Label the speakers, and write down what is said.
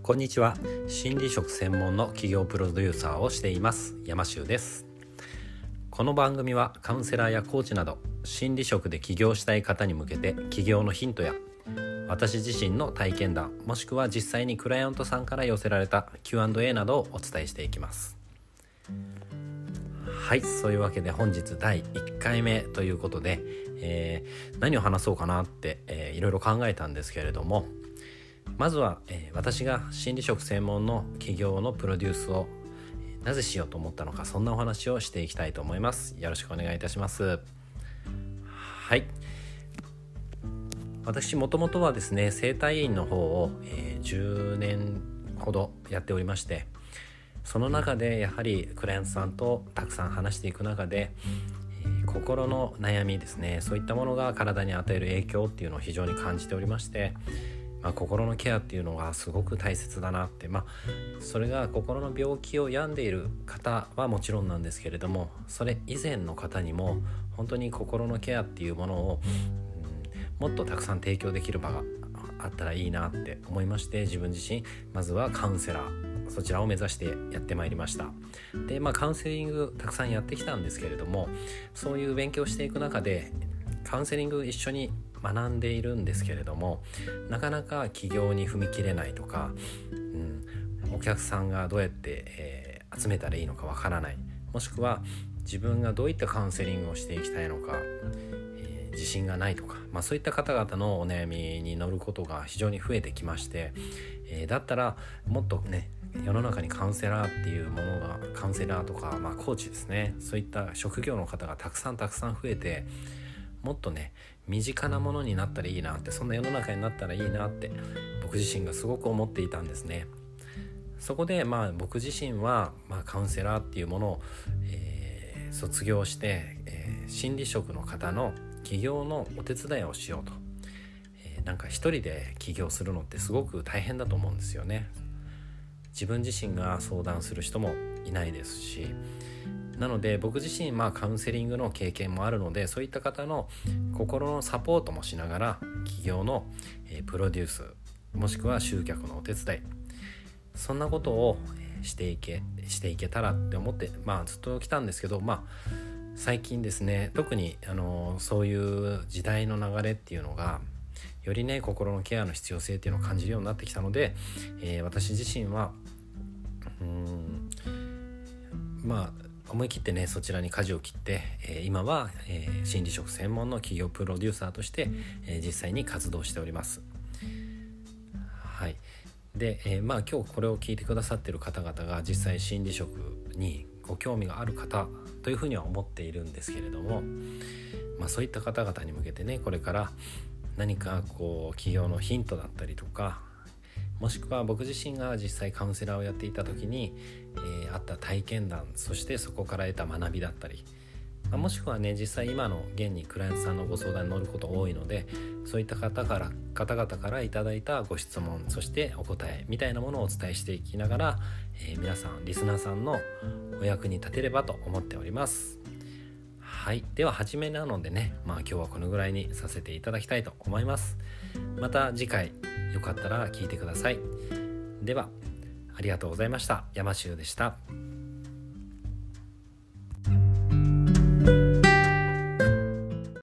Speaker 1: こんにちは。心理職専門の企業プロデューサーをしています山修です。この番組はカウンセラーやコーチなど心理職で起業したい方に向けて起業のヒントや私自身の体験談、もしくは実際にクライアントさんから寄せられた Q&A などをお伝えしていきます。はい、そういうわけで本日第1回目ということで、何を話そうかなって、いろいろ考えたんですけれども、まずは、私が心理職専門の企業のプロデュースをなぜしようと思ったのか、そんなお話をしていきたいと思います。よろしくお願いいたします。はい、私もともとはですね、整体院の方を、10年ほどやっておりまして、その中でやはりクライアントさんとたくさん話していく中で、心の悩みですね、そういったものが体に与える影響っていうのを非常に感じておりまして、心のケアっていうのがすごく大切だなって、それが心の病気を病んでいる方はもちろんなんですけれども、それ以前の方にも本当に心のケアっていうものを、もっとたくさん提供できる場があったらいいなって思いまして、自分自身まずはカウンセラー、そちらを目指してやってまいりました。で、カウンセリングたくさんやってきたんですけれども、そういう勉強をしていく中でカウンセリング一緒に学んでいるんですけれども、なかなか起業に踏み切れないとか、お客さんがどうやって、集めたらいいのかわからない、もしくは自分がどういったカウンセリングをしていきたいのか、自信がないとか、そういった方々のお悩みに乗ることが非常に増えてきまして、だったらもっとね、世の中にカウンセラーっていうものが、カウンセラーとか、コーチですね、そういった職業の方がたくさん増えて、もっとね、身近なものになったらいいなって、そんな世の中になったらいいなって僕自身がすごく思っていたんですね。そこで僕自身は、カウンセラーっていうものを、卒業して、心理職の方の起業のお手伝いをしようと、なんか一人で起業するのってすごく大変だと思うんですよね。自分自身が相談する人もいないですし、なので僕自身カウンセリングの経験もあるので、そういった方の心のサポートもしながら起業のプロデュース、もしくは集客のお手伝い、そんなことをしていけたらって思ってずっと来たんですけど、最近ですね、特にそういう時代の流れっていうのがよりね、心のケアの必要性っていうのを感じるようになってきたので、私自身は思い切ってね、そちらに舵を切って、今は、心理職専門の企業プロデューサーとして、実際に活動しております。はい。で、今日これを聞いてくださっている方々が実際心理職にご興味がある方というふうには思っているんですけれども、そういった方々に向けてね、これから何か起業のヒントだったりとか、もしくは僕自身が実際カウンセラーをやっていた時に、あった体験談、そしてそこから得た学びだったり、もしくはね、実際今の現にクライアントさんのご相談に乗ること多いので、そういった方々からいただいたご質問、そしてお答えみたいなものをお伝えしていきながら、皆さんリスナーさんのお役に立てればと思っております。はい、では初めなのでね、今日はこのぐらいにさせていただきたいと思います。また次回よかったら聞いてください。ではありがとうございました。山修でした。